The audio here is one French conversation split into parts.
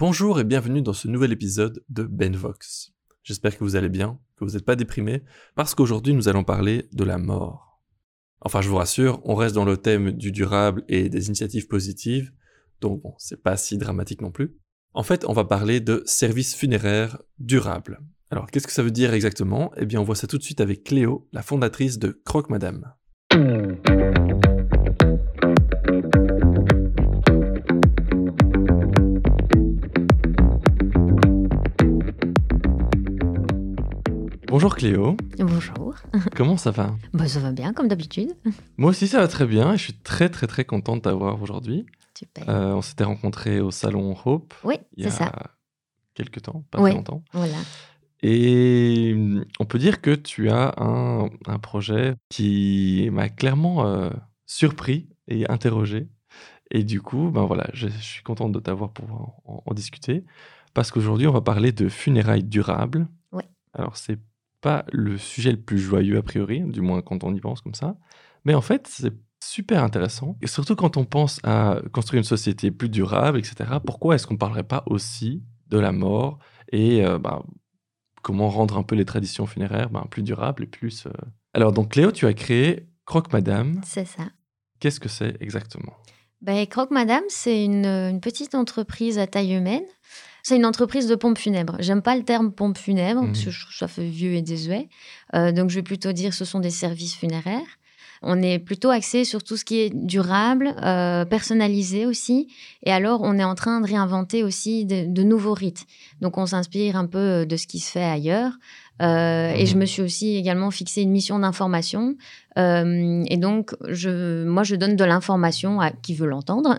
Bonjour et bienvenue dans ce nouvel épisode de Benvox. J'espère que vous allez bien, que vous n'êtes pas déprimés, parce qu'aujourd'hui nous allons parler de la mort. Enfin, je vous rassure, on reste dans le thème du durable et des initiatives positives, donc bon, c'est pas si dramatique non plus. En fait, on va parler de services funéraires durables. Alors, qu'est-ce que ça veut dire exactement ? Eh bien, on voit ça tout de suite avec Cléo, la fondatrice de Croque Madame. Bonjour Cléo. Bonjour. Comment ça va ? Ça va bien, comme d'habitude. Moi aussi, ça va très bien et je suis très content de t'avoir aujourd'hui. Super. On s'était rencontrés au salon Hope. Oui, il y c'est a ça. quelques temps, pas très longtemps. Voilà. Et on peut dire que tu as un projet qui m'a clairement surpris et interrogé. Et du coup, je suis content de t'avoir pour en discuter. Parce qu'aujourd'hui, on va parler de funérailles durables. Oui. Alors, c'est pas le sujet le plus joyeux a priori, du moins quand on y pense comme ça. Mais en fait, c'est super intéressant. Et surtout quand on pense à construire une société plus durable, etc. Pourquoi est-ce qu'on ne parlerait pas aussi de la mort et comment rendre un peu les traditions funéraires plus durables et plus... Alors, donc Cléo, tu as créé Croque Madame. C'est ça. Qu'est-ce que c'est exactement ? Croque Madame, c'est une petite entreprise à taille humaine. C'est une entreprise de pompes funèbres. J'aime pas le terme pompe funèbre, parce que je trouve ça fait vieux et désuet. Donc, je vais plutôt dire ce sont des services funéraires. On est plutôt axé sur tout ce qui est durable, personnalisé aussi. Et alors, on est en train de réinventer aussi de nouveaux rites. Donc, on s'inspire un peu de ce qui se fait ailleurs. Et je me suis aussi également fixé une mission d'information. Et donc, je donne de l'information à qui veut l'entendre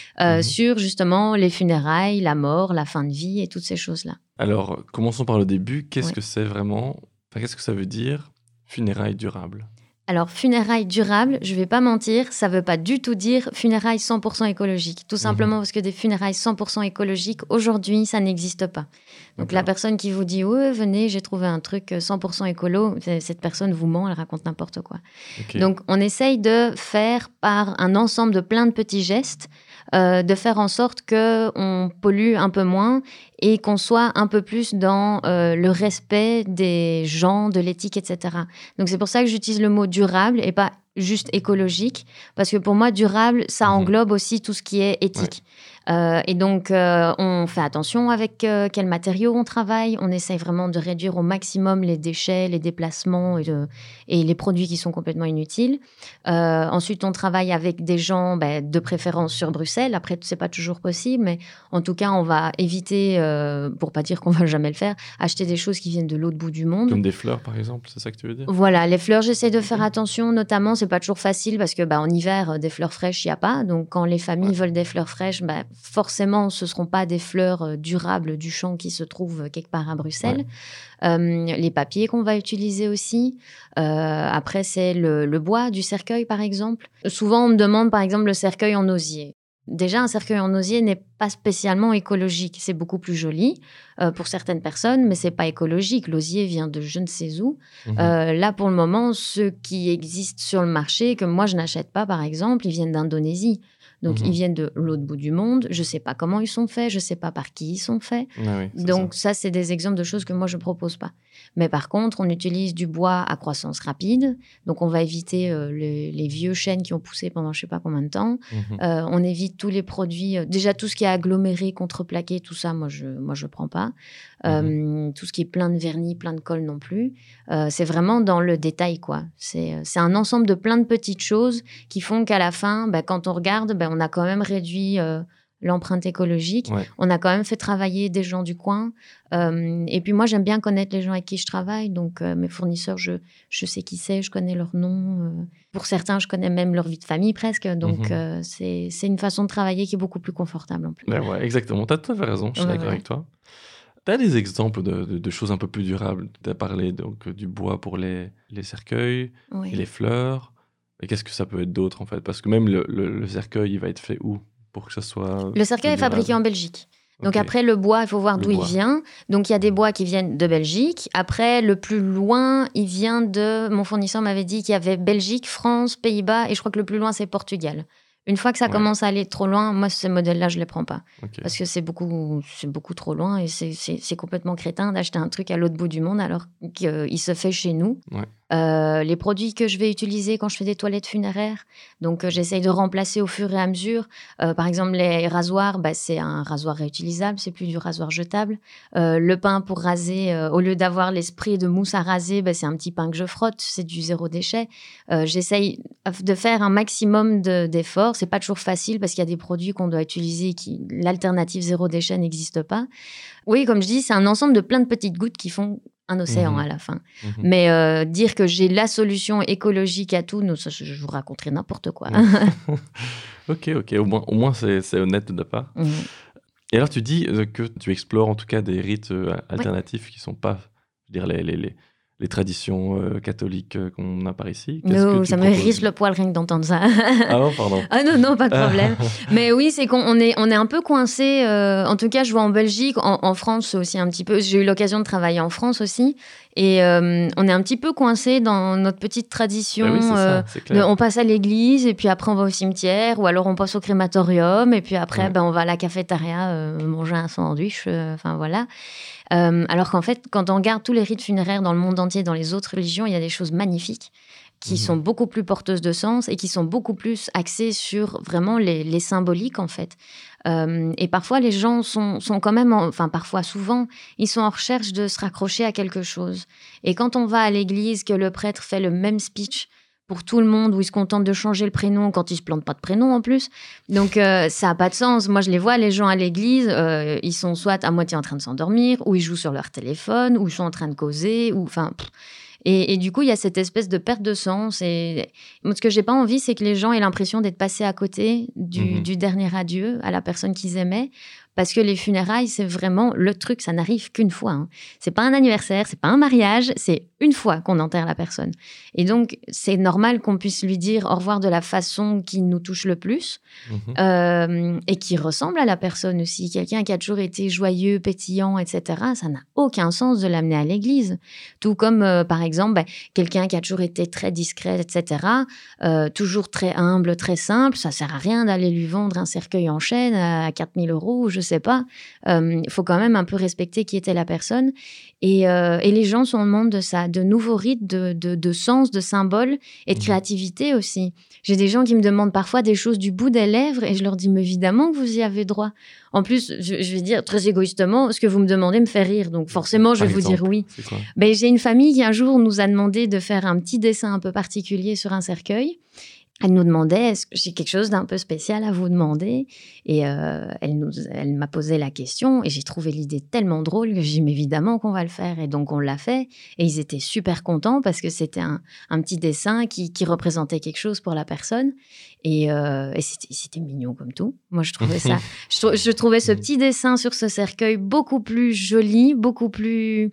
sur justement les funérailles, la mort, la fin de vie et toutes ces choses-là. Alors, commençons par le début. Qu'est-ce que c'est vraiment ? Qu'est-ce que ça veut dire funérailles durables ? Alors, funérailles durables, je ne vais pas mentir, ça ne veut pas du tout dire funérailles 100% écologiques. Tout simplement parce que des funérailles 100% écologiques, aujourd'hui, ça n'existe pas. Donc, la personne qui vous dit « Ouais, venez, j'ai trouvé un truc 100% écolo », cette personne vous ment, elle raconte n'importe quoi. Okay. Donc, on essaye de faire par un ensemble de plein de petits gestes, de faire en sorte qu'on pollue un peu moins et qu'on soit un peu plus dans le respect des gens, de l'éthique, etc. Donc, c'est pour ça que j'utilise le mot durable et pas juste écologique, parce que pour moi, durable, ça englobe aussi tout ce qui est éthique. Et donc, on fait attention avec quels matériaux on travaille. On essaye vraiment de réduire au maximum les déchets, les déplacements et les produits qui sont complètement inutiles. Ensuite, on travaille avec des gens de préférence sur Bruxelles. Après, c'est pas toujours possible, mais en tout cas, on va éviter, pour pas dire qu'on va jamais le faire, acheter des choses qui viennent de l'autre bout du monde. Comme des fleurs, par exemple, c'est ça que tu veux dire ? Voilà, les fleurs, j'essaie de faire attention, notamment, c'est pas toujours facile parce que en hiver, des fleurs fraîches, il n'y a pas. Donc, quand les familles veulent des fleurs fraîches, forcément, ce ne seront pas des fleurs durables du champ qui se trouvent quelque part à Bruxelles. Les papiers qu'on va utiliser aussi. Après, c'est le bois du cercueil, par exemple. Souvent, on me demande, par exemple, le cercueil en osier. Déjà, un cercueil en osier n'est pas spécialement écologique. C'est beaucoup plus joli pour certaines personnes, mais c'est pas écologique. L'osier vient de je ne sais où. Là, pour le moment, ceux qui existent sur le marché, que moi, je n'achète pas, par exemple, ils viennent d'Indonésie. Donc, ils viennent de l'autre bout du monde. Je ne sais pas comment ils sont faits. Je ne sais pas par qui ils sont faits. Donc, ça, c'est des exemples de choses que moi, je ne propose pas. Mais par contre, on utilise du bois à croissance rapide. Donc, on va éviter les vieux chênes qui ont poussé pendant je ne sais pas combien de temps. On évite tous les produits. Déjà, tout ce qui est aggloméré, contreplaqué, tout ça, moi, je prends pas. Tout ce qui est plein de vernis, plein de colle non plus. C'est vraiment dans le détail, quoi. C'est un ensemble de plein de petites choses qui font qu'à la fin, quand on regarde, on a quand même réduit l'empreinte écologique. On a quand même fait travailler des gens du coin. Et puis moi, j'aime bien connaître les gens avec qui je travaille. Donc, mes fournisseurs, je sais qui c'est, je connais leur nom. Pour certains, je connais même leur vie de famille presque. Donc, c'est une façon de travailler qui est beaucoup plus confortable en plus. Exactement. Tu as tout à fait raison. Je suis d'accord avec toi. Tu as des exemples de choses un peu plus durables. Tu as parlé donc, du bois pour les cercueils et les fleurs. Et qu'est-ce que ça peut être d'autre, en fait ? Parce que même le cercueil, il va être fait où pour que ça soit... Le cercueil est fabriqué en Belgique. Donc après, le bois, il faut voir d'où il vient. Donc il y a des bois qui viennent de Belgique. Après, le plus loin, il vient de... Mon fournisseur m'avait dit qu'il y avait Belgique, France, Pays-Bas, et je crois que le plus loin, c'est Portugal. Une fois que ça Ouais. commence à aller trop loin, moi, ces modèles-là, je les prends pas. Ok. Parce que c'est beaucoup trop loin et c'est complètement crétin d'acheter un truc à l'autre bout du monde alors qu'il se fait chez nous. Ouais. Les produits que je vais utiliser quand je fais des toilettes funéraires, donc j'essaye de remplacer au fur et à mesure. Par exemple, les rasoirs, c'est un rasoir réutilisable, c'est plus du rasoir jetable. Le pain pour raser, au lieu d'avoir l'esprit de mousse à raser, c'est un petit pain que je frotte, c'est du zéro déchet. J'essaye de faire un maximum d'efforts. C'est pas toujours facile parce qu'il y a des produits qu'on doit utiliser l'alternative zéro déchet n'existe pas. Oui, comme je dis, c'est un ensemble de plein de petites gouttes qui font un océan à la fin. Mais dire que j'ai la solution écologique à tout, non, ça, je vous raconterai n'importe quoi. Ok. Au moins c'est honnête de ta part. Et alors, tu dis que tu explores en tout cas des rites alternatifs qui ne sont pas, je veux dire, les traditions catholiques qu'on a par ici. Non, ça me hérisse le poil rien que d'entendre ça. Ah non, pardon. Ah non, pas de problème. Mais oui, c'est qu'on est un peu coincé. En tout cas, je vois en Belgique, en France aussi un petit peu. J'ai eu l'occasion de travailler en France aussi. Et on est un petit peu coincé dans notre petite tradition. Oui, c'est ça, c'est clair. On passe à l'église et puis après on va au cimetière ou alors on passe au crématorium et puis après on va à la cafétéria manger un sandwich. Enfin voilà. Alors qu'en fait, quand on regarde tous les rites funéraires dans le monde entier, dans les autres religions, il y a des choses magnifiques qui sont beaucoup plus porteuses de sens et qui sont beaucoup plus axées sur vraiment les symboliques, en fait. Et parfois, les gens sont quand même, souvent, ils sont en recherche de se raccrocher à quelque chose. Et quand on va à l'église, que le prêtre fait le même speech pour tout le monde, où il se contente de changer le prénom quand il se plante pas de prénom en plus. Donc, ça a pas de sens. Moi, je les vois, les gens à l'église, ils sont soit à moitié en train de s'endormir, ou ils jouent sur leur téléphone, ou ils sont en train de causer, ou enfin... Et du coup, il y a cette espèce de perte de sens. Et moi, ce que j'ai pas envie, c'est que les gens aient l'impression d'être passés à côté du dernier adieu à la personne qu'ils aimaient. Parce que les funérailles, c'est vraiment le truc, ça n'arrive qu'une fois. Hein. C'est pas un anniversaire, c'est pas un mariage, c'est une fois qu'on enterre la personne. Et donc, c'est normal qu'on puisse lui dire au revoir de la façon qui nous touche le plus et qui ressemble à la personne aussi. Quelqu'un qui a toujours été joyeux, pétillant, etc., ça n'a aucun sens de l'amener à l'église. Tout comme, par exemple, quelqu'un qui a toujours été très discret, etc., toujours très humble, très simple, ça sert à rien d'aller lui vendre un cercueil en chêne à 4 000 €, je sais pas. Il faut quand même un peu respecter qui était la personne. Et les gens sont en demande de ça, de nouveaux rites, de sens, de symboles et de créativité aussi. J'ai des gens qui me demandent parfois des choses du bout des lèvres et je leur dis, mais évidemment que vous y avez droit. En plus, je vais dire très égoïstement, ce que vous me demandez me fait rire. Donc forcément, je vais vous dire oui. J'ai une famille qui un jour nous a demandé de faire un petit dessin un peu particulier sur un cercueil. Elle nous demandait, est-ce que j'ai quelque chose d'un peu spécial à vous demander? Et elle m'a posé la question et j'ai trouvé l'idée tellement drôle que j'ai dit, mais évidemment qu'on va le faire. Et donc, on l'a fait. Et ils étaient super contents parce que c'était un petit dessin qui représentait quelque chose pour la personne. Et c'était mignon comme tout. Moi, je trouvais ça... je trouvais ce petit dessin sur ce cercueil beaucoup plus joli, beaucoup plus...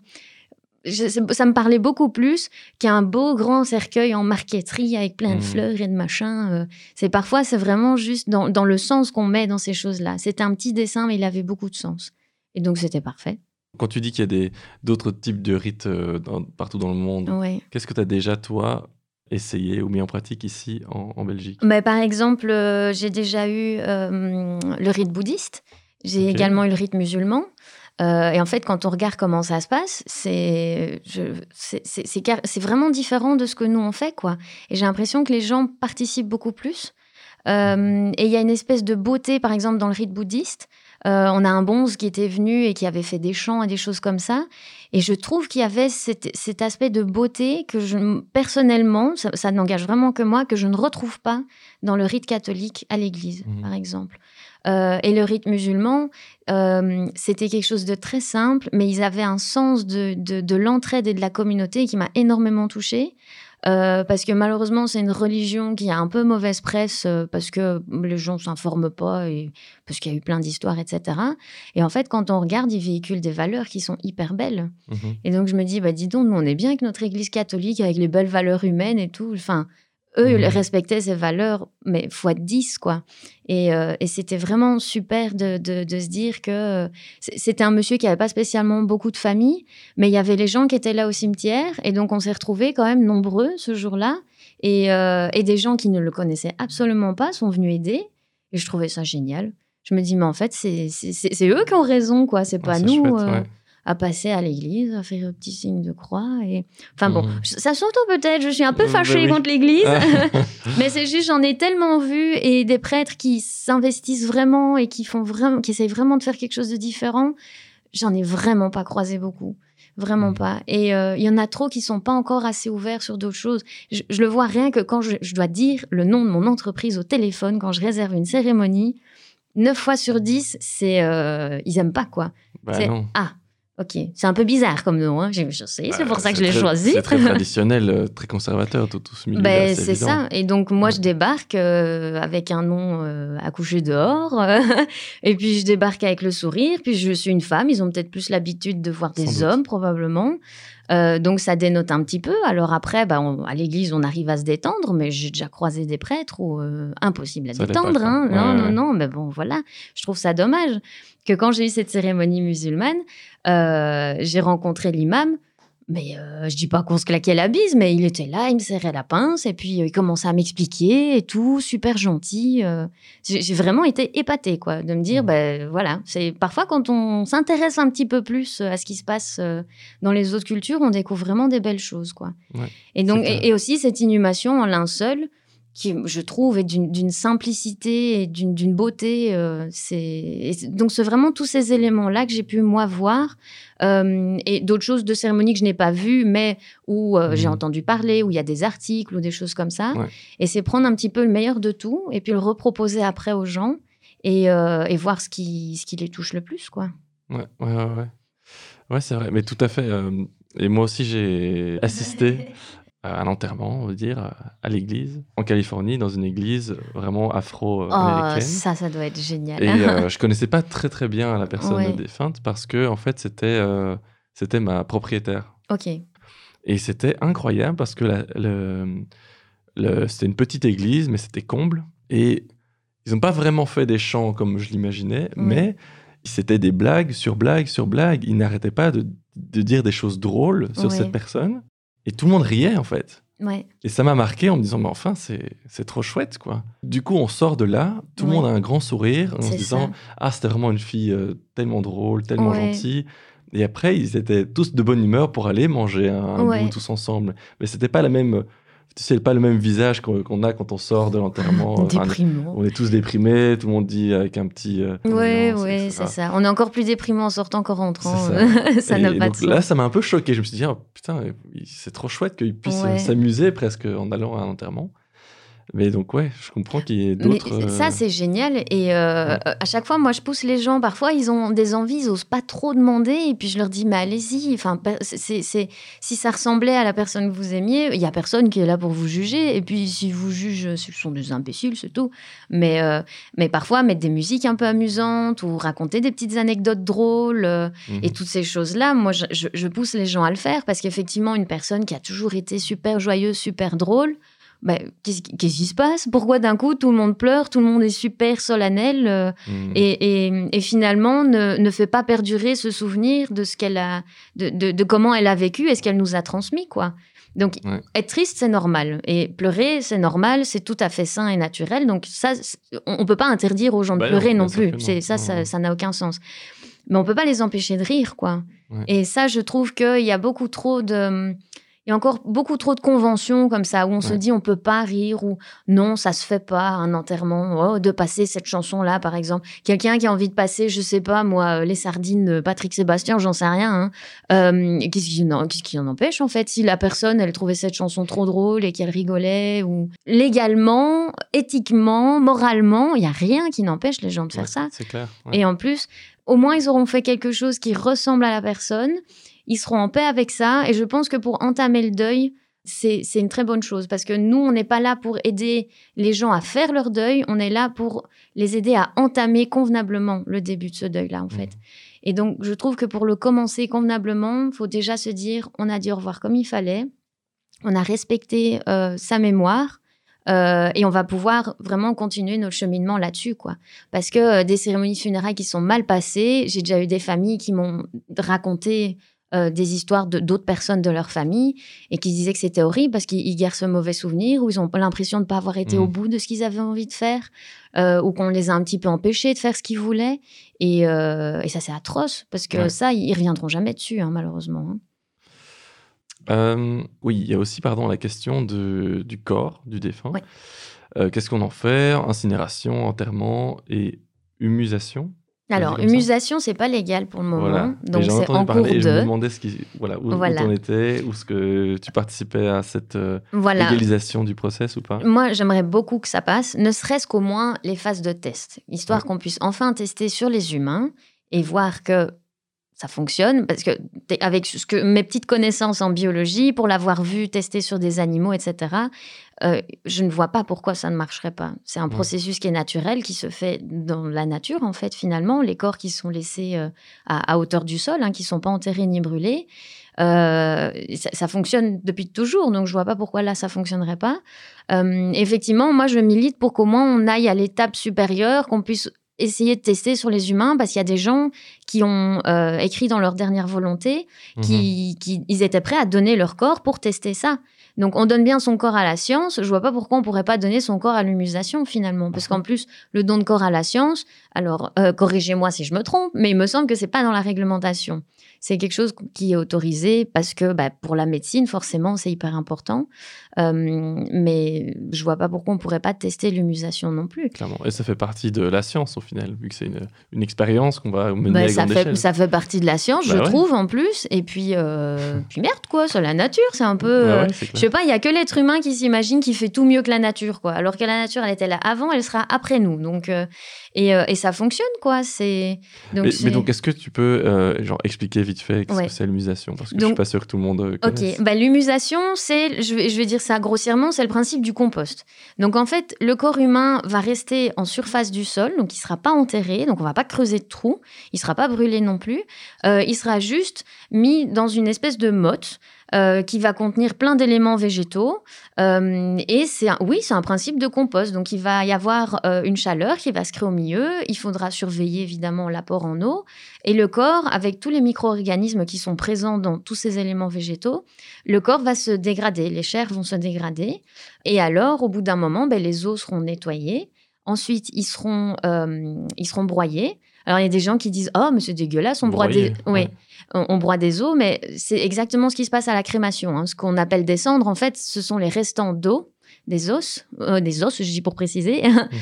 ça me parlait beaucoup plus qu'un beau grand cercueil en marqueterie avec plein de fleurs et de machins. C'est vraiment juste dans le sens qu'on met dans ces choses-là. C'était un petit dessin, mais il avait beaucoup de sens. Et donc, c'était parfait. Quand tu dis qu'il y a d'autres types de rites partout dans le monde, qu'est-ce que tu as déjà, toi, essayé ou mis en pratique ici en Belgique? Par exemple, j'ai déjà eu le rite bouddhiste. J'ai également eu le rite musulman. Et en fait, quand on regarde comment ça se passe, c'est vraiment différent de ce que nous on fait, quoi. Et j'ai l'impression que les gens participent beaucoup plus. Et il y a une espèce de beauté, par exemple, dans le rite bouddhiste. On a un bonze qui était venu et qui avait fait des chants et des choses comme ça. Et je trouve qu'il y avait cet aspect de beauté que personnellement, ça n'engage vraiment que moi, que je ne retrouve pas dans le rite catholique à l'église, par exemple. Et le rite musulman, c'était quelque chose de très simple, mais ils avaient un sens de l'entraide et de la communauté qui m'a énormément touchée. Parce que malheureusement, c'est une religion qui a un peu mauvaise presse parce que les gens ne s'informent pas et parce qu'il y a eu plein d'histoires, etc. Et en fait, quand on regarde, ils véhiculent des valeurs qui sont hyper belles. Et donc, je me dis, dis donc, nous, on est bien avec notre église catholique, avec les belles valeurs humaines et tout. Enfin, eux, ils respectaient ces valeurs, mais fois 10, quoi. Et c'était vraiment super de se dire que c'était un monsieur qui n'avait pas spécialement beaucoup de famille, mais il y avait les gens qui étaient là au cimetière, et donc on s'est retrouvés quand même nombreux ce jour-là, et des gens qui ne le connaissaient absolument pas sont venus aider. Et je trouvais ça génial. Je me dis, mais en fait, c'est eux qui ont raison, quoi. C'est pas nous chouette, à passer à l'église, à faire un petit signe de croix. Et... Enfin bon, ça s'entend peut-être, je suis un peu fâchée contre l'église. Mais c'est juste, j'en ai tellement vu. Et des prêtres qui s'investissent vraiment et qui essayent vraiment de faire quelque chose de différent, j'en ai vraiment pas croisé beaucoup. Vraiment pas. Et il y en a trop qui sont pas encore assez ouverts sur d'autres choses. Je le vois rien que quand je dois dire le nom de mon entreprise au téléphone, quand je réserve une cérémonie, 9 fois sur 10, ils aiment pas, quoi. Non. Ah, ok. C'est un peu bizarre comme nom, hein. Je sais, c'est pour ça que je l'ai choisi. C'est très traditionnel, très conservateur, tout ce milieu-là. C'est ça. Et donc, moi, je débarque avec un nom accouché dehors. Et puis, je débarque avec le sourire. Puis, je suis une femme. Ils ont peut-être plus l'habitude de voir des hommes, probablement. Donc, ça dénote un petit peu. Alors après, à l'église, on arrive à se détendre. Mais j'ai déjà croisé des prêtres où impossible à détendre. Hein. Non. Mais bon, voilà. Je trouve ça dommage que quand j'ai eu cette cérémonie musulmane, j'ai rencontré l'imam. Mais je dis pas qu'on se claquait la bise, mais il était là, il me serrait la pince, et puis il commençait à m'expliquer et tout, super gentil. J'ai vraiment été épatée, quoi, de me dire, voilà, c'est parfois quand on s'intéresse un petit peu plus à ce qui se passe dans les autres cultures, on découvre vraiment des belles choses, quoi. Ouais, et donc, et aussi cette inhumation en linceul, qui, je trouve, est d'une simplicité et d'une beauté. Donc, c'est vraiment tous ces éléments-là que j'ai pu, moi, voir. Et d'autres choses de cérémonie que je n'ai pas vues, mais où j'ai entendu parler, où il y a des articles ou des choses comme ça. Ouais. Et c'est prendre un petit peu le meilleur de tout et puis le reproposer après aux gens et voir ce qui les touche le plus, quoi. Ouais, c'est vrai. Mais tout à fait. Et moi aussi, j'ai assisté à l'enterrement, on va dire, à l'église, en Californie, dans une église vraiment afro-américaine. Ça doit être génial. Et je connaissais pas très très bien la personne défunte parce que en fait c'était ma propriétaire. Ok. Et c'était incroyable parce que c'était une petite église, mais c'était comble. Et ils n'ont pas vraiment fait des chants comme je l'imaginais, mais c'était des blagues sur blagues sur blagues. Ils n'arrêtaient pas de dire des choses drôles sur cette personne. Et tout le monde riait, en fait. Ouais. Et ça m'a marqué en me disant, mais enfin, c'est trop chouette, quoi. Du coup, on sort de là, tout le monde a un grand sourire, en se disant, c'était vraiment une fille tellement drôle, tellement gentille. Et après, ils étaient tous de bonne humeur pour aller manger un bout tous ensemble. Mais c'était pas la même... Tu sais, pas le même visage qu'on a quand on sort de l'enterrement. Déprimant. On est tous déprimés, tout le monde dit avec un petit... c'est ça. On est encore plus déprimant en sortant qu'en rentrant. Ça n'a pas de sens. Là, ça m'a un peu choqué. Je me suis dit, oh, putain, c'est trop chouette qu'ils puissent s'amuser presque en allant à un enterrement. Mais donc, je comprends qu'il y ait d'autres... Ça, c'est génial. Et à chaque fois, moi, je pousse les gens. Parfois, ils ont des envies, ils n'osent pas trop demander. Et puis, je leur dis, mais allez-y. Enfin, si ça ressemblait à la personne que vous aimiez, il n'y a personne qui est là pour vous juger. Et puis, si vous jugent, ce sont des imbéciles, c'est tout. Mais parfois, mettre des musiques un peu amusantes ou raconter des petites anecdotes drôles et toutes ces choses-là, moi, je pousse les gens à le faire. Parce qu'effectivement, une personne qui a toujours été super joyeuse, super drôle, qu'est-ce qui se passe? Pourquoi d'un coup tout le monde pleure, tout le monde est super solennel et finalement ne fait pas perdurer ce souvenir de ce qu'elle a, de comment elle a vécu et ce qu'elle nous a transmis, quoi. Donc être triste, c'est normal, et pleurer, c'est normal, c'est tout à fait sain et naturel. Donc ça, on peut pas interdire aux gens de pleurer non plus. Ça n'a aucun sens. Mais on peut pas les empêcher de rire, quoi. Et ça, je trouve qu'il y a beaucoup trop de... Il y a encore beaucoup trop de conventions comme ça, où on se dit on peut pas rire, ou non, ça se fait pas, un enterrement, de passer cette chanson-là, par exemple. Quelqu'un qui a envie de passer, je sais pas, moi, les sardines de Patrick Sébastien, j'en sais rien. Qu'est-ce qui en empêche, en fait, si la personne, elle trouvait cette chanson trop drôle et qu'elle rigolait, ou légalement, éthiquement, moralement, il y a rien qui n'empêche les gens de faire ça. C'est clair. Et en plus, au moins, ils auront fait quelque chose qui ressemble à la personne. Ils seront en paix avec ça. Et je pense que pour entamer le deuil, c'est une très bonne chose. Parce que nous, on n'est pas là pour aider les gens à faire leur deuil. On est là pour les aider à entamer convenablement le début de ce deuil-là, en fait. Et donc, je trouve que pour le commencer convenablement, il faut déjà se dire, on a dit au revoir comme il fallait. On a respecté sa mémoire. Et on va pouvoir vraiment continuer notre cheminement là-dessus, quoi. Parce que des cérémonies funérailles qui sont mal passées, j'ai déjà eu des familles qui m'ont raconté des histoires d'autres personnes de leur famille et qui disaient que c'était horrible parce qu'ils gardent ce mauvais souvenir ou ils ont l'impression de ne pas avoir été au bout de ce qu'ils avaient envie de faire ou qu'on les a un petit peu empêchés de faire ce qu'ils voulaient. Et ça, c'est atroce parce que ça, ils ne reviendront jamais dessus, hein, malheureusement. Oui, il y a aussi la question du corps du défunt. Ouais. Qu'est-ce qu'on en fait? Incinération, enterrement et humusation? Alors, humusation, c'est pas légal pour le moment. Voilà. Donc, c'est en cours et de... je me demandais où t'en étais, où est-ce que tu participais à cette légalisation du process ou pas? Moi, j'aimerais beaucoup que ça passe, ne serait-ce qu'au moins les phases de test, histoire qu'on puisse enfin tester sur les humains et voir que ça fonctionne, parce que avec mes petites connaissances en biologie, pour l'avoir vu tester sur des animaux, etc., je ne vois pas pourquoi ça ne marcherait pas. C'est un processus qui est naturel, qui se fait dans la nature, en fait, finalement. Les corps qui sont laissés à hauteur du sol, hein, qui ne sont pas enterrés ni brûlés, ça fonctionne depuis toujours, donc je ne vois pas pourquoi là, ça ne fonctionnerait pas. Effectivement, moi, je milite pour qu'au moins on aille à l'étape supérieure, qu'on puisse essayer de tester sur les humains, parce qu'il y a des gens qui ont écrit dans leur dernière volonté qu'ils étaient prêts à donner leur corps pour tester ça. Donc, on donne bien son corps à la science. Je vois pas pourquoi on pourrait pas donner son corps à l'humusation, finalement. Parce qu'en plus, le don de corps à la science, alors, corrigez-moi si je me trompe, mais il me semble que c'est pas dans la réglementation. C'est quelque chose qui est autorisé parce que, pour la médecine, forcément, c'est hyper important. Mais je vois pas pourquoi on pourrait pas tester l'humusation non plus. Clairement. Et ça fait partie de la science, au final, vu que c'est une expérience qu'on va mener à grande échelle. Ça fait partie de la science, je trouve, en plus. Et puis merde, quoi, c'est la nature, c'est un peu... je sais pas, il y a que l'être humain qui s'imagine qu'il fait tout mieux que la nature, quoi. Alors que la nature, elle était là avant, elle sera après nous. Donc, et ça fonctionne, quoi. Mais donc, est-ce que tu peux expliquer vite fait ce que c'est l'humusation? Parce que je suis pas sûr que tout le monde connaisse. Ok, l'humusation, c'est, je vais dire ça grossièrement, c'est le principe du compost. Donc, en fait, le corps humain va rester en surface du sol, donc il sera pas enterré, donc on va pas creuser de trous, il sera pas brûlé non plus, il sera juste mis dans une espèce de motte qui va contenir plein d'éléments végétaux. Et c'est un principe de compost. Donc, il va y avoir une chaleur qui va se créer au milieu. Il faudra surveiller, évidemment, l'apport en eau. Et le corps, avec tous les micro-organismes qui sont présents dans tous ces éléments végétaux, le corps va se dégrader. Les chairs vont se dégrader. Et alors, au bout d'un moment, les os seront nettoyés. Ensuite, ils seront broyés. Alors, il y a des gens qui disent « Oh, mais c'est dégueulasse, on broie des os », mais c'est exactement ce qui se passe à la crémation. Hein. Ce qu'on appelle des cendres, en fait, ce sont les restants d'eau, des os, je dis pour préciser.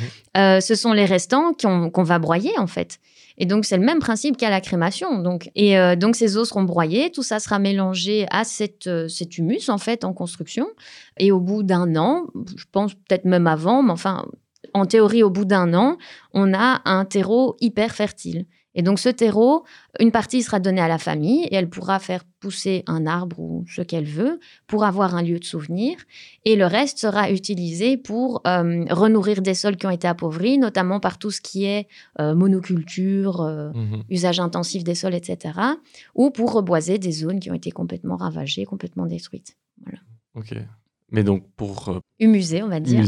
Ce sont les restants qu'on va broyer, en fait. Et donc, c'est le même principe qu'à la crémation. Donc, ces os seront broyés, tout ça sera mélangé à cet humus, en fait, en construction. Et au bout d'un an, je pense peut-être même avant, mais enfin... En théorie, au bout d'un an, on a un terreau hyper fertile. Et donc, ce terreau, une partie sera donnée à la famille et elle pourra faire pousser un arbre ou ce qu'elle veut pour avoir un lieu de souvenir. Et le reste sera utilisé pour renourrir des sols qui ont été appauvris, notamment par tout ce qui est monoculture, usage intensif des sols, etc. Ou pour reboiser des zones qui ont été complètement ravagées, complètement détruites. Voilà. Ok. Mais donc, pour... humuser, on va dire.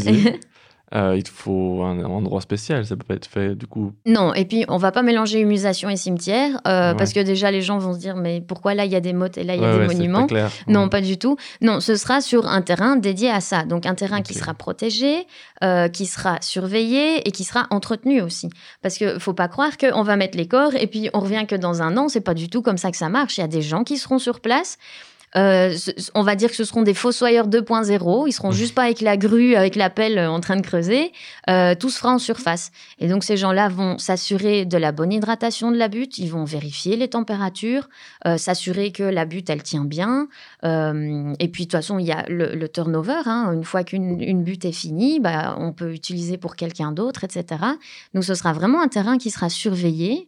Il faut un endroit spécial, ça peut pas être fait du coup. Non, et puis on va pas mélanger humusation et cimetière parce que déjà les gens vont se dire mais pourquoi là il y a des mottes et là il y a des monuments? C'est pas clair. Non, pas du tout. Non, ce sera sur un terrain dédié à ça, donc un terrain qui sera protégé, qui sera surveillé et qui sera entretenu aussi. Parce que faut pas croire qu'on va mettre les corps et puis on revient que dans un an, c'est pas du tout comme ça que ça marche. Il y a des gens qui seront sur place. On va dire que ce seront des fossoyeurs 2.0. Ils seront juste pas avec la grue, avec la pelle en train de creuser. Tout se fera en surface. Et donc, ces gens-là vont s'assurer de la bonne hydratation de la butte. Ils vont vérifier les températures, s'assurer que la butte, elle tient bien. Et puis, de toute façon, il y a le turnover. Hein. Une fois qu'une butte est finie, on peut utiliser pour quelqu'un d'autre, etc. Donc, ce sera vraiment un terrain qui sera surveillé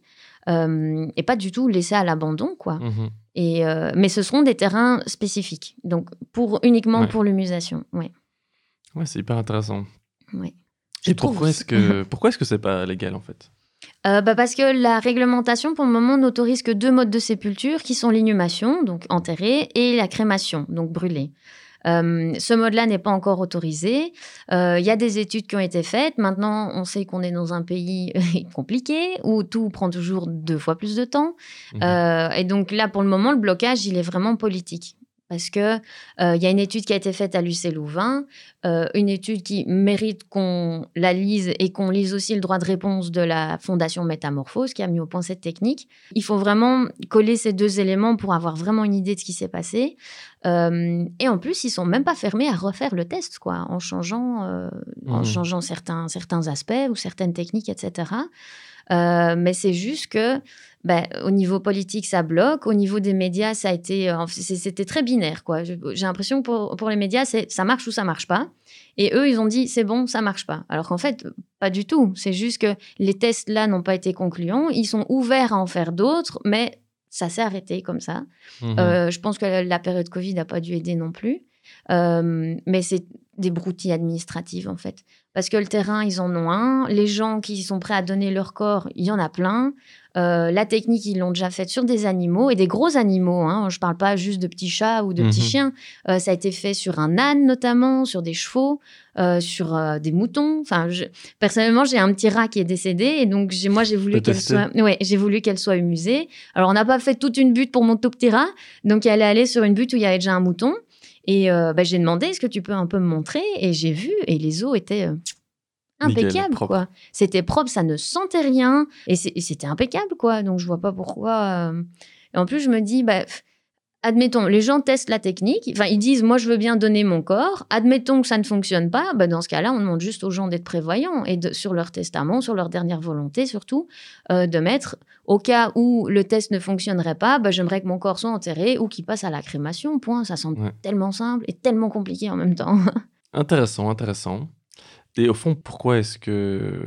et pas du tout laissé à l'abandon, quoi. Mais ce seront des terrains spécifiques, donc uniquement pour l'humusation. Ouais, c'est hyper intéressant. Ouais. Et pourquoi est-ce que c'est pas légal en fait? Parce que la réglementation pour le moment n'autorise que 2 modes de sépulture qui sont l'inhumation, donc enterrée, et la crémation, donc brûlée. Ce mode-là n'est pas encore autorisé. Il y a des études qui ont été faites. Maintenant, on sait qu'on est dans un pays compliqué où tout prend toujours 2 fois plus de temps. Et donc là, pour le moment, le blocage, il est vraiment politique. Parce que y a une étude qui a été faite à l'UC Louvain, une étude qui mérite qu'on la lise et qu'on lise aussi le droit de réponse de la Fondation Métamorphose qui a mis au point cette technique. Il faut vraiment coller ces 2 éléments pour avoir vraiment une idée de ce qui s'est passé. Et en plus, ils sont même pas fermés à refaire le test, quoi, en changeant certains aspects ou certaines techniques, etc. Mais c'est juste que au niveau politique, ça bloque. Au niveau des médias, ça a été, c'était très binaire, quoi. J'ai l'impression que pour les médias, ça marche ou ça marche pas. Et eux, ils ont dit, c'est bon, ça marche pas. Alors qu'en fait, pas du tout. C'est juste que les tests là n'ont pas été concluants. Ils sont ouverts à en faire d'autres, mais ça s'est arrêté comme ça. Je pense que la période Covid n'a pas dû aider non plus. Mais c'est des broutilles administratives, en fait. Parce que le terrain, ils en ont un. Les gens qui sont prêts à donner leur corps, il y en a plein. La technique, ils l'ont déjà faite sur des animaux, et des gros animaux. Hein. Je ne parle pas juste de petits chats ou de petits chiens. Ça a été fait sur un âne, notamment, sur des chevaux, sur des moutons. Enfin, personnellement, j'ai un petit rat qui est décédé, et donc moi, j'ai voulu qu'elle soit humusée. Alors, on n'a pas fait toute une butte pour mon tout petit rat, donc elle est allée sur une butte où il y avait déjà un mouton. Et j'ai demandé, est-ce que tu peux un peu me montrer ? Et j'ai vu, et les os étaient impeccables, quoi. C'était propre, ça ne sentait rien, et c'était impeccable, quoi. Donc, je vois pas pourquoi... Et en plus, je me dis, admettons, les gens testent la technique, enfin, ils disent, moi, je veux bien donner mon corps. Admettons que ça ne fonctionne pas, dans ce cas-là, on demande juste aux gens d'être prévoyants et sur leur testament, sur leur dernière volonté, surtout, de mettre, au cas où le test ne fonctionnerait pas, j'aimerais que mon corps soit enterré ou qu'il passe à la crémation, point. Ça semble tellement simple et tellement compliqué en même temps. Intéressant. Et au fond, pourquoi est-ce que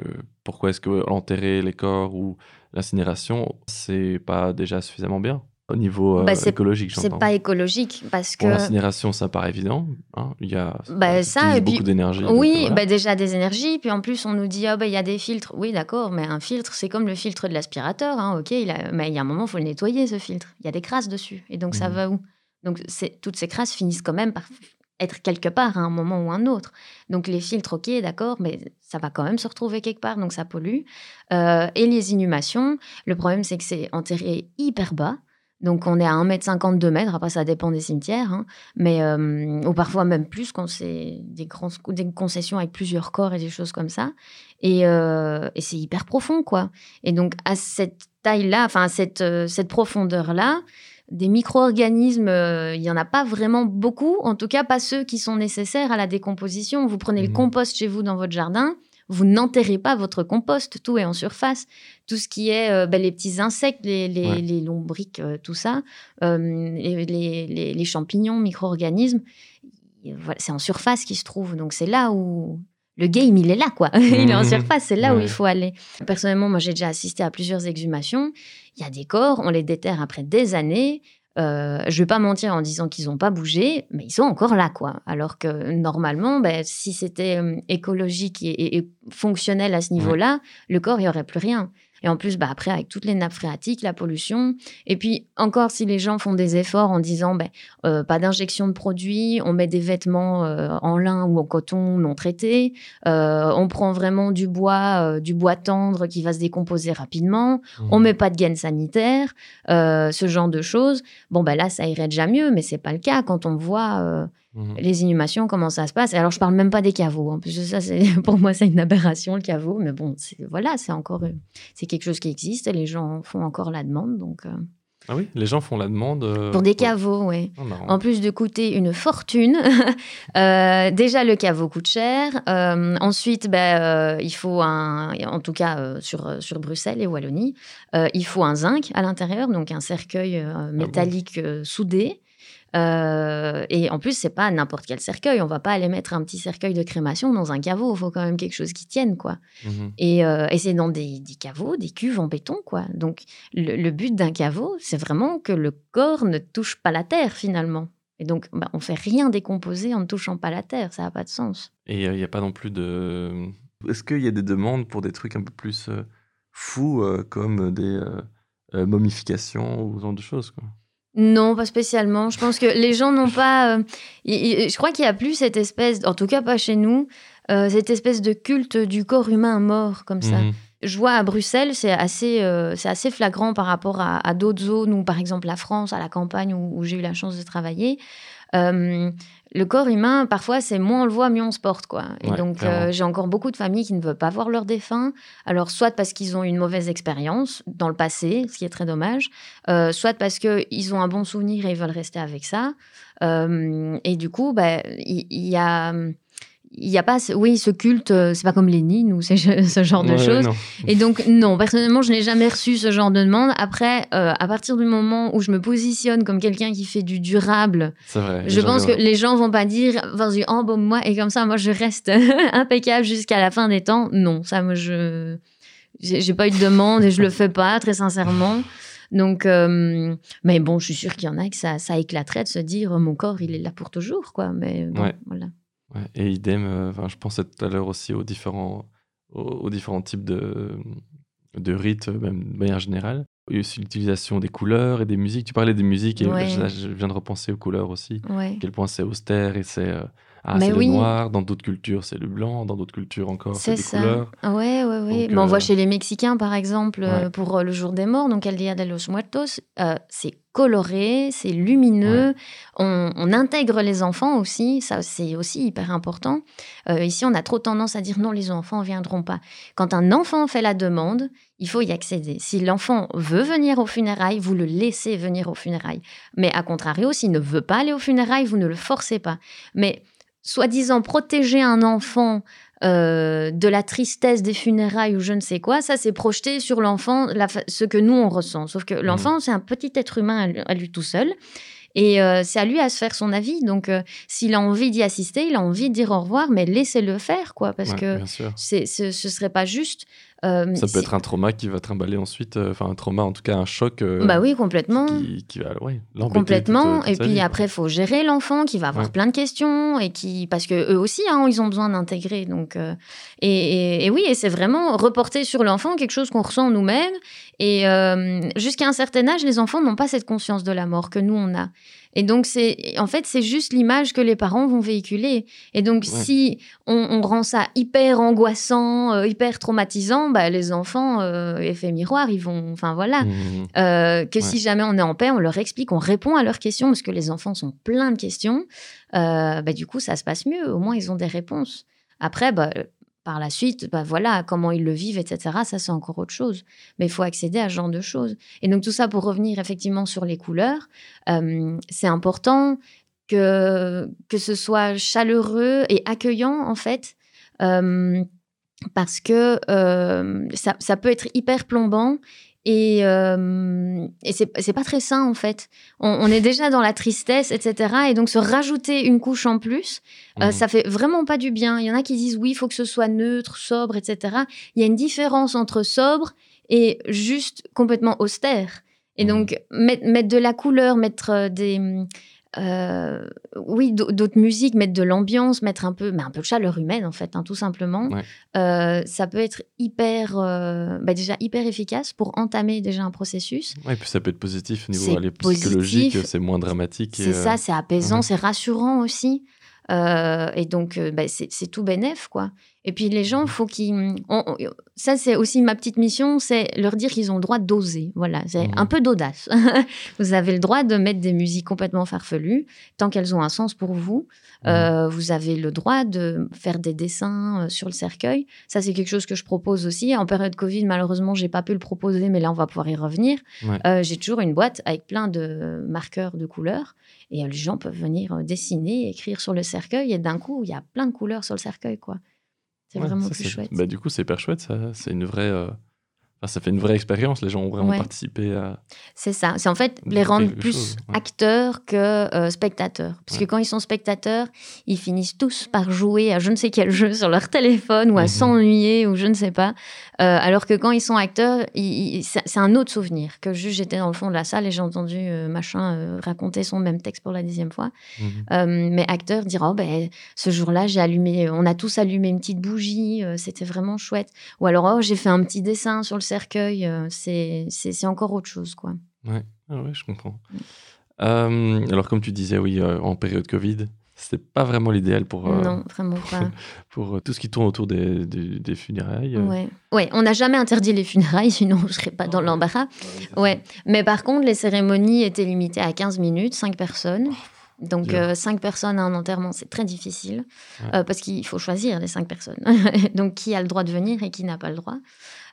enterrer les corps ou l'incinération, c'est pas déjà suffisamment bien au niveau écologique, j'entends. C'est pas écologique parce que... Pour l'incinération, ça paraît évident. Hein, il y a beaucoup d'énergie. Oui, donc, déjà des énergies. Puis en plus, on nous dit, il y a des filtres. Oui, d'accord, mais un filtre, c'est comme le filtre de l'aspirateur. Hein, ok, mais il y a un moment, il faut le nettoyer, ce filtre. Il y a des crasses dessus. Et donc, ça va où ? Donc, toutes ces crasses finissent quand même par être quelque part à un moment ou un autre. Donc, les filtres, ok, d'accord, mais ça va quand même se retrouver quelque part, donc ça pollue. Et les inhumations, le problème, c'est que c'est enterré hyper bas. Donc, on est à 1,50 m, 2 m. Après, ça dépend des cimetières. Hein. Mais, ou parfois même plus quand c'est des concessions avec plusieurs corps et des choses comme ça. Et c'est hyper profond, quoi. Et donc, à cette taille-là, enfin, à cette profondeur-là, des micro-organismes, il n'y en a pas vraiment beaucoup. En tout cas, pas ceux qui sont nécessaires à la décomposition. Vous prenez le compost chez vous dans votre jardin. Vous n'enterrez pas votre compost, tout est en surface. Tout ce qui est les petits insectes, les lombriques, tout ça, les champignons, micro-organismes, voilà, c'est en surface qui se trouve. Donc, c'est là où le game, il est là, quoi. Il est en surface, c'est là où il faut aller. Personnellement, moi, j'ai déjà assisté à plusieurs exhumations. Il y a des corps, on les déterre après des années. Je ne vais pas mentir en disant qu'ils n'ont pas bougé, mais ils sont encore là, quoi. Alors que normalement, si c'était écologique et fonctionnel à ce niveau-là, le corps, il n'y aurait plus rien. Et en plus, après, avec toutes les nappes phréatiques, la pollution. Et puis, encore, si les gens font des efforts en disant pas d'injection de produits, on met des vêtements en lin ou en coton non traités, on prend vraiment du bois tendre qui va se décomposer rapidement, on met pas de gaines sanitaires, ce genre de choses. Là, ça irait déjà mieux, mais c'est pas le cas quand on voit... les inhumations, comment ça se passe. Alors, je parle même pas des caveaux. Parce que ça, pour moi, c'est une aberration, le caveau. Mais bon, c'est quelque chose qui existe et les gens font encore la demande. Donc, Ah oui, les gens font la demande pour des caveaux, oui. Oh, en plus de coûter une fortune. Déjà, le caveau coûte cher. Ensuite, il faut en tout cas sur Bruxelles et Wallonie, il faut un zinc à l'intérieur, donc un cercueil métallique soudé. Et en plus, c'est pas n'importe quel cercueil. On va pas aller mettre un petit cercueil de crémation dans un caveau. Il faut quand même quelque chose qui tienne, quoi. Et c'est dans des caveaux, des cuves en béton, quoi. Donc, le but d'un caveau, c'est vraiment que le corps ne touche pas la terre, finalement. Et donc, on fait rien décomposer en ne touchant pas la terre. Ça n'a pas de sens. Et il n'y a pas non plus de... Est-ce qu'il y a des demandes pour des trucs un peu plus fous, comme des momifications ou ce genre de choses, quoi ? Non, pas spécialement. Je pense que les gens n'ont pas... je crois qu'il n'y a plus cette espèce, en tout cas pas chez nous, cette espèce de culte du corps humain mort comme ça. Mhm. Je vois à Bruxelles, c'est assez flagrant par rapport à d'autres zones, ou par exemple la France, à la campagne où j'ai eu la chance de travailler. Le corps humain, parfois, c'est moins on le voit, mieux on se porte, quoi. Et Ouais, donc, clairement. j'ai encore beaucoup de familles qui ne veulent pas voir leurs défunts. Alors, soit parce qu'ils ont eu une mauvaise expérience dans le passé, ce qui est très dommage, soit parce qu'ils ont un bon souvenir et ils veulent rester avec ça. Et du coup, il y a... Il n'y a pas, ce culte, c'est pas comme Lénine ou ce genre de Ouais, choses. non. Et donc, non, personnellement, je n'ai jamais reçu ce genre de demande. Après, à partir du moment où je me positionne comme quelqu'un qui fait du durable, C'est vrai. je pense que les gens vont pas dire, vas-y, embaume-moi, et comme ça, moi, je reste impeccable jusqu'à la fin des temps. Non, ça, moi, j'ai pas eu de demande et je le fais pas, très sincèrement. Donc, mais bon, je suis sûre qu'il y en a que ça éclaterait de se dire, mon corps, il est là pour toujours, quoi. Mais bon, Ouais. voilà. Ouais, et idem, je pensais tout à l'heure aussi aux différents types de rites, même de manière générale. Il y a aussi l'utilisation des couleurs et des musiques. Tu parlais des musiques et Ouais. je viens de repenser aux couleurs aussi. Ouais. À quel point c'est austère et c'est Mais c'est oui. le noir. Dans d'autres cultures, c'est le blanc. Dans d'autres cultures encore, c'est des ça. couleurs. Ouais. Donc, Mais on voit chez les Mexicains, par exemple, ouais. pour le jour des morts, donc El Día de los Muertos, c'est coloré, c'est lumineux. Ouais. On intègre les enfants aussi, ça c'est aussi hyper important. Ici, on a trop tendance à dire non, les enfants ne viendront pas. Quand un enfant fait la demande, il faut y accéder. Si l'enfant veut venir aux funérailles, vous le laissez venir aux funérailles. Mais à contrario, s'il ne veut pas aller aux funérailles, vous ne le forcez pas. Mais soi-disant protéger un enfant de la tristesse des funérailles ou je ne sais quoi, ça c'est projeté sur l'enfant ce que nous on ressent. Sauf que l'enfant, c'est un petit être humain à lui tout seul. Et c'est à lui à se faire son avis. Donc, s'il a envie d'y assister, il a envie de dire au revoir, mais laissez-le faire, quoi. Parce que bien sûr. ce serait pas juste. Ça peut être un trauma qui va trimballer ensuite, un trauma, en tout cas un choc. Bah oui, complètement. Qui va l'embêter. Complètement. toute Et sa puis vie, après, il faut gérer l'enfant qui va avoir plein de questions parce que eux aussi, ils ont besoin d'intégrer. Donc, et oui, et c'est vraiment reporter sur l'enfant quelque chose qu'on ressent nous-mêmes. Et jusqu'à un certain âge, les enfants n'ont pas cette conscience de la mort que nous on a. Et donc, c'est juste l'image que les parents vont véhiculer. Et donc, si on rend ça hyper angoissant, hyper traumatisant, les enfants, effet miroir, ils vont... Enfin, voilà. Si jamais on est en paix, on leur explique, on répond à leurs questions, parce que les enfants sont pleins de questions. Du coup, ça se passe mieux. Au moins, ils ont des réponses. Après, par la suite, voilà, comment ils le vivent, etc., ça, c'est encore autre chose. Mais il faut accéder à ce genre de choses. Et donc, tout ça pour revenir effectivement sur les couleurs, c'est important que ce soit chaleureux et accueillant, en fait, parce que ça peut être hyper plombant et c'est pas très sain, en fait. On est déjà dans la tristesse, etc. Et donc, se rajouter une couche en plus, ça fait vraiment pas du bien. Il y en a qui disent, oui, il faut que ce soit neutre, sobre, etc. Il y a une différence entre sobre et juste complètement austère. Et donc, mettre de la couleur, mettre d'autres musiques, mettre de l'ambiance, mettre un peu de chaleur humaine, en fait, tout simplement. Ça peut être déjà hyper efficace pour entamer déjà un processus. Et puis ça peut être positif au niveau psychologique, c'est moins dramatique. C'est ça, c'est apaisant, c'est rassurant aussi. Et donc, c'est tout bénef, quoi. Et puis, les gens, faut qu'ils... Ça, c'est aussi ma petite mission, c'est leur dire qu'ils ont le droit d'oser. Voilà, c'est un peu d'audace. Vous avez le droit de mettre des musiques complètement farfelues, tant qu'elles ont un sens pour vous. Vous avez le droit de faire des dessins sur le cercueil. Ça, c'est quelque chose que je propose aussi. En période Covid, malheureusement, j'ai pas pu le proposer, mais là, on va pouvoir y revenir. J'ai toujours une boîte avec plein de marqueurs de couleurs. Et les gens peuvent venir dessiner, écrire sur le cercueil. Et d'un coup, il y a plein de couleurs sur le cercueil, quoi. C'est vraiment plus chouette. Du coup, c'est hyper chouette. Ça, c'est une vraie... ça fait une vraie expérience. Les gens ont vraiment participé à... C'est ça. C'est en fait les rendre plus acteurs que spectateurs. Parce que quand ils sont spectateurs, ils finissent tous par jouer à je ne sais quel jeu sur leur téléphone ou à s'ennuyer ou je ne sais pas. Alors que quand ils sont acteurs, c'est un autre souvenir. Que juste j'étais dans le fond de la salle et j'ai entendu machin raconter son même texte pour la 10e fois. Mais acteurs, dire ce jour-là, on a tous allumé une petite bougie, c'était vraiment chouette. Ou alors j'ai fait un petit dessin sur le cercueil, c'est encore autre chose, quoi. Ouais, je comprends. Alors, comme tu disais, oui, en période Covid, c'est pas vraiment l'idéal pour, Non, vraiment pas. pour tout ce qui tourne autour des funérailles. Ouais, on n'a jamais interdit les funérailles, sinon je serais pas dans l'embarras. Ouais, mais par contre, les cérémonies étaient limitées à 15 minutes, 5 personnes. Donc, dur. 5 personnes à un enterrement, c'est très difficile, Ouais. parce qu'il faut choisir les 5 personnes. Donc, qui a le droit de venir et qui n'a pas le droit.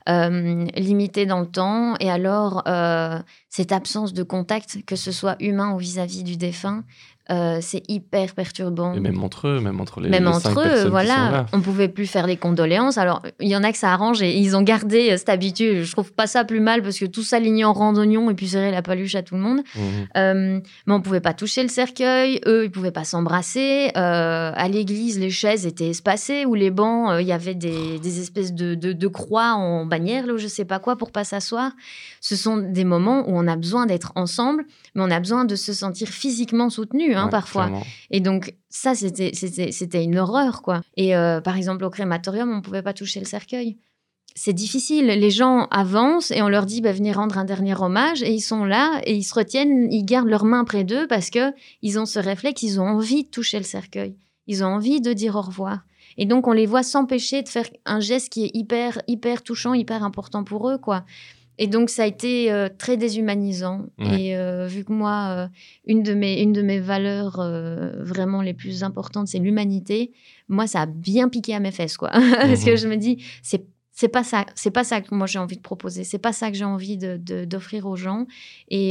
Limité dans le temps. Et alors, cette absence de contact, que ce soit humain ou vis-à-vis du défunt, c'est hyper perturbant. Et même entre eux, même entre les Même 5 entre eux, personnes qui sont voilà, là. on pouvait plus faire les condoléances. Alors, il y en a que ça arrange et ils ont gardé cette habitude. Je trouve pas ça plus mal parce que tout s'aligner en rang d'oignon et puis serrer la paluche à tout le monde. Mhm. Mais on pouvait pas toucher le cercueil, eux, ils pouvaient pas s'embrasser. À l'église, les chaises étaient espacées ou les bancs, il y avait des espèces de croix en bannière, là, ou je sais pas quoi, pour pas s'asseoir. Ce sont des moments où on a besoin d'être ensemble, mais on a besoin de se sentir physiquement soutenu, Ouais, parfois. clairement. Et donc, ça, c'était une horreur, quoi. Et par exemple, au crématorium, on pouvait pas toucher le cercueil. C'est difficile. Les gens avancent et on leur dit venez rendre un dernier hommage et ils sont là et ils se retiennent, ils gardent leurs mains près d'eux parce que ils ont ce réflexe, ils ont envie de toucher le cercueil. Ils ont envie de dire au revoir. Et donc, on les voit s'empêcher de faire un geste qui est hyper, hyper touchant, hyper important pour eux, quoi. Et donc, ça a été très déshumanisant. Ouais. Et vu que moi, une de mes valeurs vraiment les plus importantes, c'est l'humanité, moi, ça a bien piqué à mes fesses, quoi. Parce que je me dis, c'est pas ça que moi j'ai envie de proposer. C'est pas ça que j'ai envie d'offrir aux gens. Et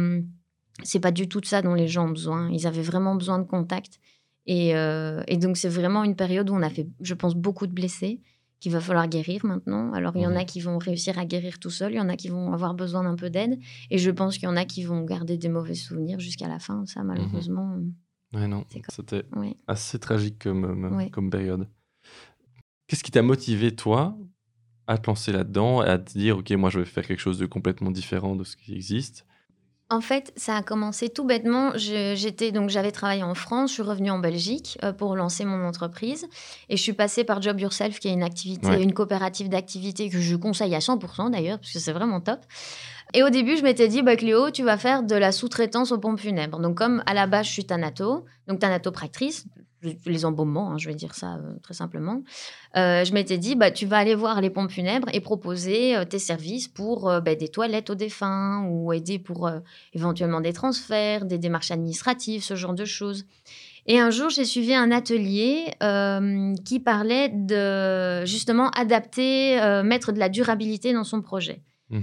c'est pas du tout de ça dont les gens ont besoin. Ils avaient vraiment besoin de contact. Et donc, c'est vraiment une période où on a fait, je pense, beaucoup de blessés qu'il va falloir guérir maintenant. Alors, il y en a qui vont réussir à guérir tout seuls, il y en a qui vont avoir besoin d'un peu d'aide, et je pense qu'il y en a qui vont garder des mauvais souvenirs jusqu'à la fin. Ça, malheureusement, Ouais, non, c'est c'était ouais. assez tragique Ouais. comme période. Qu'est-ce qui t'a motivé, toi, à te lancer là-dedans et à te dire, OK, moi, je vais faire quelque chose de complètement différent de ce qui existe? En fait, ça a commencé tout bêtement. J'avais travaillé en France, je suis revenue en Belgique pour lancer mon entreprise et je suis passée par Job Yourself, qui est une activité, Ouais. une coopérative d'activité que je conseille à 100% d'ailleurs, parce que c'est vraiment top. Et au début, je m'étais dit, Cléo, tu vas faire de la sous-traitance aux pompes funèbres. Donc, comme à la base, je suis thanato, donc thanatopractrice, les embaumements, je vais dire ça très simplement. Je m'étais dit, tu vas aller voir les pompes funèbres et proposer tes services pour des toilettes aux défunts ou aider pour éventuellement des transferts, des démarches administratives, ce genre de choses. Et un jour, j'ai suivi un atelier qui parlait de justement adapter, mettre de la durabilité dans son projet.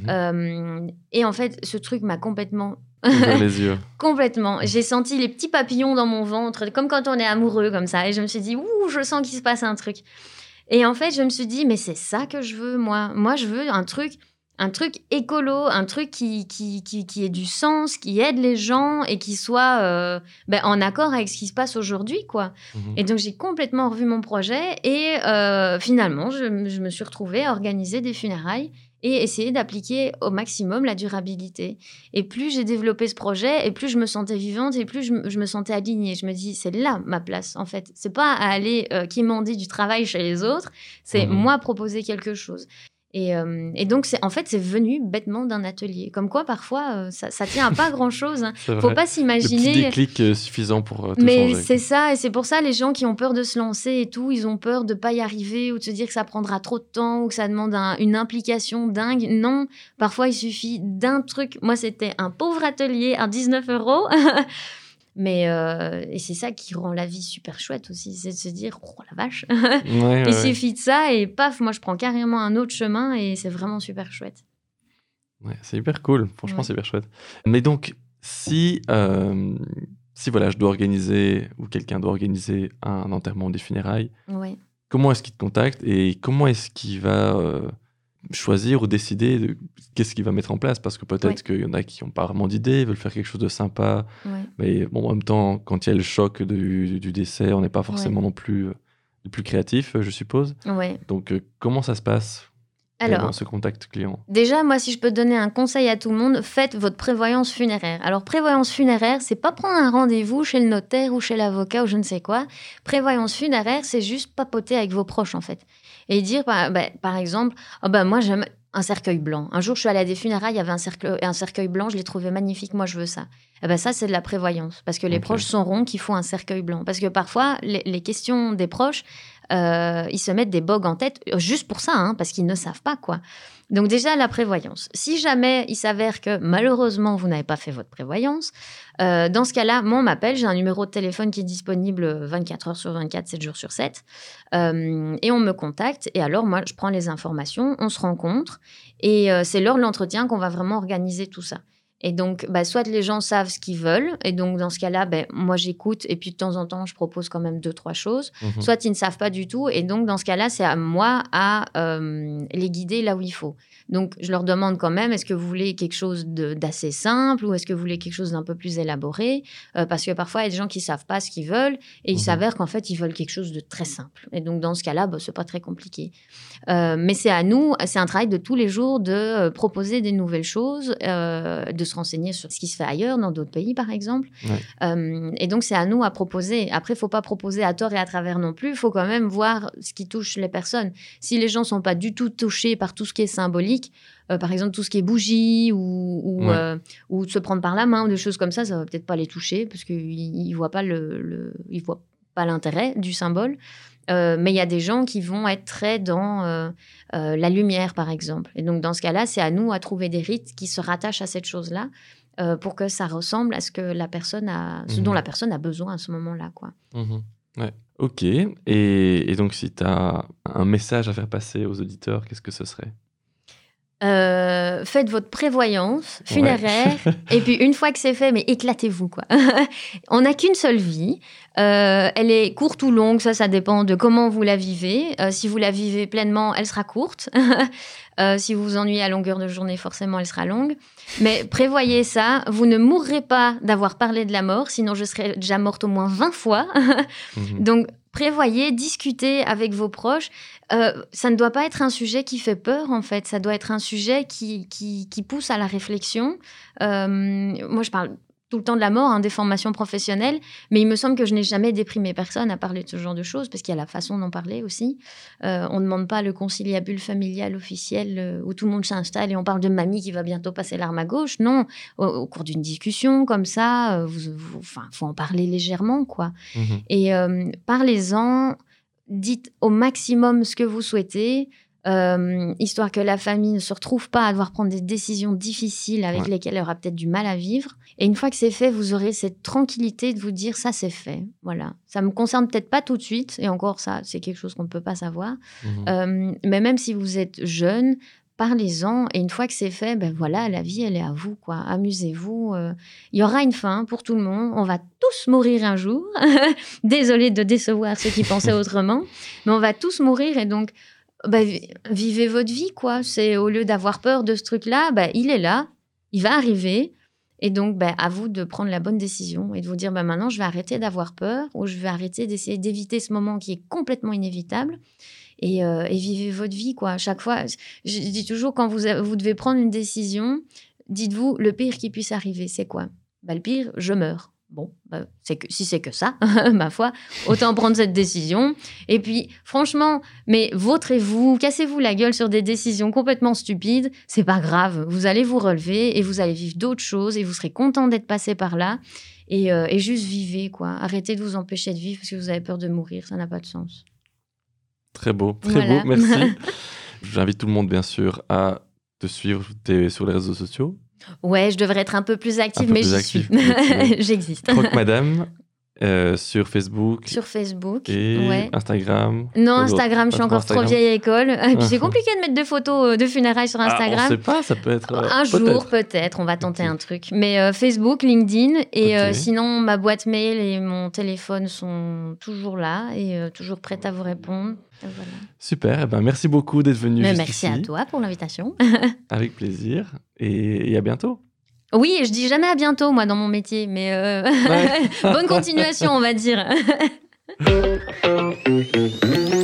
Et en fait, ce truc m'a complètement... Ouvert les yeux. Complètement. J'ai senti les petits papillons dans mon ventre, comme quand on est amoureux, comme ça. Et je me suis dit, ouh, je sens qu'il se passe un truc. Et en fait, je me suis dit, mais c'est ça que je veux, moi. Moi, je veux un truc écolo, un truc qui ait du sens, qui aide les gens et qui soit en accord avec ce qui se passe aujourd'hui, quoi. Et donc, j'ai complètement revu mon projet et finalement, je me suis retrouvée à organiser des funérailles et essayer d'appliquer au maximum la durabilité. Et plus j'ai développé ce projet, et plus je me sentais vivante, et plus je me sentais alignée. Je me dis, c'est là ma place, en fait. C'est pas à aller qui m'en dit du travail chez les autres, c'est moi proposer quelque chose. Et donc, c'est venu bêtement d'un atelier. Comme quoi, parfois, ça tient à pas grand-chose. Hein. Faut pas s'imaginer... Le petit déclic suffisant pour tout changer. Mais c'est ça, et c'est pour ça, les gens qui ont peur de se lancer et tout, ils ont peur de pas y arriver ou de se dire que ça prendra trop de temps ou que ça demande une implication dingue. Non, parfois, il suffit d'un truc. Moi, c'était un pauvre atelier à 19 €. Mais et c'est ça qui rend la vie super chouette aussi, c'est de se dire oh la vache, il suffit de ça et paf, moi je prends carrément un autre chemin et c'est vraiment super chouette. Ouais, c'est hyper cool, franchement c'est hyper chouette. Mais donc si voilà, je dois organiser ou quelqu'un doit organiser un enterrement ou des funérailles, comment est-ce qu'il te contacte et comment est-ce qu'il va choisir ou décider de qu'est-ce qu'il va mettre en place, parce que peut-être qu'il y en a qui n'ont pas vraiment d'idée, veulent faire quelque chose de sympa, mais bon, en même temps, quand il y a le choc du décès, on n'est pas forcément non plus le plus créatif, je suppose. Donc, comment ça se passe dans ce contact client? Déjà, moi, si je peux donner un conseil à tout le monde, faites votre prévoyance funéraire. Alors, prévoyance funéraire, c'est pas prendre un rendez-vous chez le notaire ou chez l'avocat ou je ne sais quoi. Prévoyance funéraire, c'est juste papoter avec vos proches, en fait. Et dire, par exemple, moi, j'aime un cercueil blanc. Un jour, je suis allée à des funérailles, il y avait un cercueil blanc, je l'ai trouvé magnifique, moi, je veux ça. Ça, c'est de la prévoyance, parce que les proches sauront qu'il faut un cercueil blanc. Parce que parfois, les questions des proches, ils se mettent des bogues en tête, juste pour ça, parce qu'ils ne savent pas, quoi. Donc déjà, la prévoyance. Si jamais il s'avère que, malheureusement, vous n'avez pas fait votre prévoyance, dans ce cas-là, moi, on m'appelle, j'ai un numéro de téléphone qui est disponible 24 heures sur 24, 7 jours sur 7, et on me contacte, et alors, moi, je prends les informations, on se rencontre, et c'est lors de l'entretien qu'on va vraiment organiser tout ça. Et donc, soit les gens savent ce qu'ils veulent, et donc dans ce cas-là, moi j'écoute, et puis de temps en temps, je propose quand même 2-3 choses. Soit ils ne savent pas du tout, et donc dans ce cas-là, c'est à moi à les guider là où il faut. Donc, je leur demande quand même, est-ce que vous voulez quelque chose d'assez simple, ou est-ce que vous voulez quelque chose d'un peu plus élaboré, parce que parfois, il y a des gens qui ne savent pas ce qu'ils veulent, et il s'avère qu'en fait, ils veulent quelque chose de très simple. Et donc, dans ce cas-là, ce n'est pas très compliqué. Mais c'est à nous, c'est un travail de tous les jours de proposer des nouvelles choses, de se renseigner sur ce qui se fait ailleurs, dans d'autres pays, par exemple. Ouais. Et donc, c'est à nous à proposer. Après, il ne faut pas proposer à tort et à travers non plus. Il faut quand même voir ce qui touche les personnes. Si les gens ne sont pas du tout touchés par tout ce qui est symbolique, par exemple, tout ce qui est bougie ou se prendre par la main ou des choses comme ça ne va peut-être pas les toucher parce qu'ils ne voient pas ils voient pas l'intérêt du symbole. Mais il y a des gens qui vont être très dans la lumière, par exemple. Et donc, dans ce cas-là, c'est à nous à trouver des rites qui se rattachent à cette chose-là pour que ça ressemble à ce que ce dont la personne a besoin à ce moment-là, quoi. Ouais. Ok. Et donc, si tu as un message à faire passer aux auditeurs, qu'est-ce que ce serait ? Faites votre prévoyance funéraire et puis une fois que c'est fait, mais éclatez-vous, quoi. On n'a qu'une seule vie. Elle est courte ou longue, ça dépend de comment vous la vivez. Si vous la vivez pleinement, elle sera courte. Si vous vous ennuyez à longueur de journée, forcément, elle sera longue. Mais prévoyez ça. Vous ne mourrez pas d'avoir parlé de la mort, sinon je serais déjà morte au moins 20 fois. Donc, prévoyez, discutez avec vos proches. Ça ne doit pas être un sujet qui fait peur, en fait. Ça doit être un sujet qui pousse à la réflexion. Moi, je parle tout le temps de la mort, des formations professionnelles, mais il me semble que je n'ai jamais déprimé personne à parler de ce genre de choses, parce qu'il y a la façon d'en parler aussi. On ne demande pas le conciliabule familial officiel où tout le monde s'installe et on parle de mamie qui va bientôt passer l'arme à gauche. Non, au cours d'une discussion comme ça, faut en parler légèrement, quoi. Et parlez-en, dites au maximum ce que vous souhaitez, histoire que la famille ne se retrouve pas à devoir prendre des décisions difficiles avec lesquelles elle aura peut-être du mal à vivre. Et une fois que c'est fait, vous aurez cette tranquillité de vous dire ça, c'est fait. Voilà. Ça me concerne peut-être pas tout de suite, et encore ça, c'est quelque chose qu'on ne peut pas savoir. Mais même si vous êtes jeune, parlez-en, et une fois que c'est fait, voilà, la vie, elle est à vous, quoi. Amusez-vous. Il y aura une fin pour tout le monde. On va tous mourir un jour. Désolée de décevoir ceux qui pensaient autrement, mais on va tous mourir, et donc vivez votre vie, quoi. C'est au lieu d'avoir peur de ce truc-là, il est là, il va arriver, et donc à vous de prendre la bonne décision et de vous dire maintenant je vais arrêter d'avoir peur, ou je vais arrêter d'essayer d'éviter ce moment qui est complètement inévitable, et vivez votre vie, quoi. À chaque fois, je dis toujours, quand vous devez prendre une décision, dites-vous le pire qui puisse arriver, c'est quoi ? Le pire, je meurs. Bon, si c'est que ça, ma foi, autant prendre cette décision. Et puis, franchement, mais vautrez-vous, cassez-vous la gueule sur des décisions complètement stupides, c'est pas grave. Vous allez vous relever et vous allez vivre d'autres choses et vous serez content d'être passé par là. Et juste vivez, quoi. Arrêtez de vous empêcher de vivre parce que vous avez peur de mourir, ça n'a pas de sens. Très beau, beau, merci. J'invite tout le monde, bien sûr, à te suivre sur les réseaux sociaux. Ouais, je devrais être un peu plus active, mais j'y suis. J'existe. Croque Madame sur Facebook. Sur Facebook. Et Instagram. Non, Instagram, je suis encore trop vieille à l'école. Et puis c'est compliqué de mettre des photos de funérailles sur Instagram. On ne sait pas, ça peut être. Un jour, peut-être, on va tenter un truc. Mais Facebook, LinkedIn, et sinon, ma boîte mail et mon téléphone sont toujours là et toujours prêtes à vous répondre. Voilà. Super, merci beaucoup d'être venu Merci à toi pour l'invitation. Avec plaisir, et à bientôt. Oui, je dis jamais à bientôt, moi, dans mon métier, mais bonne continuation, on va dire.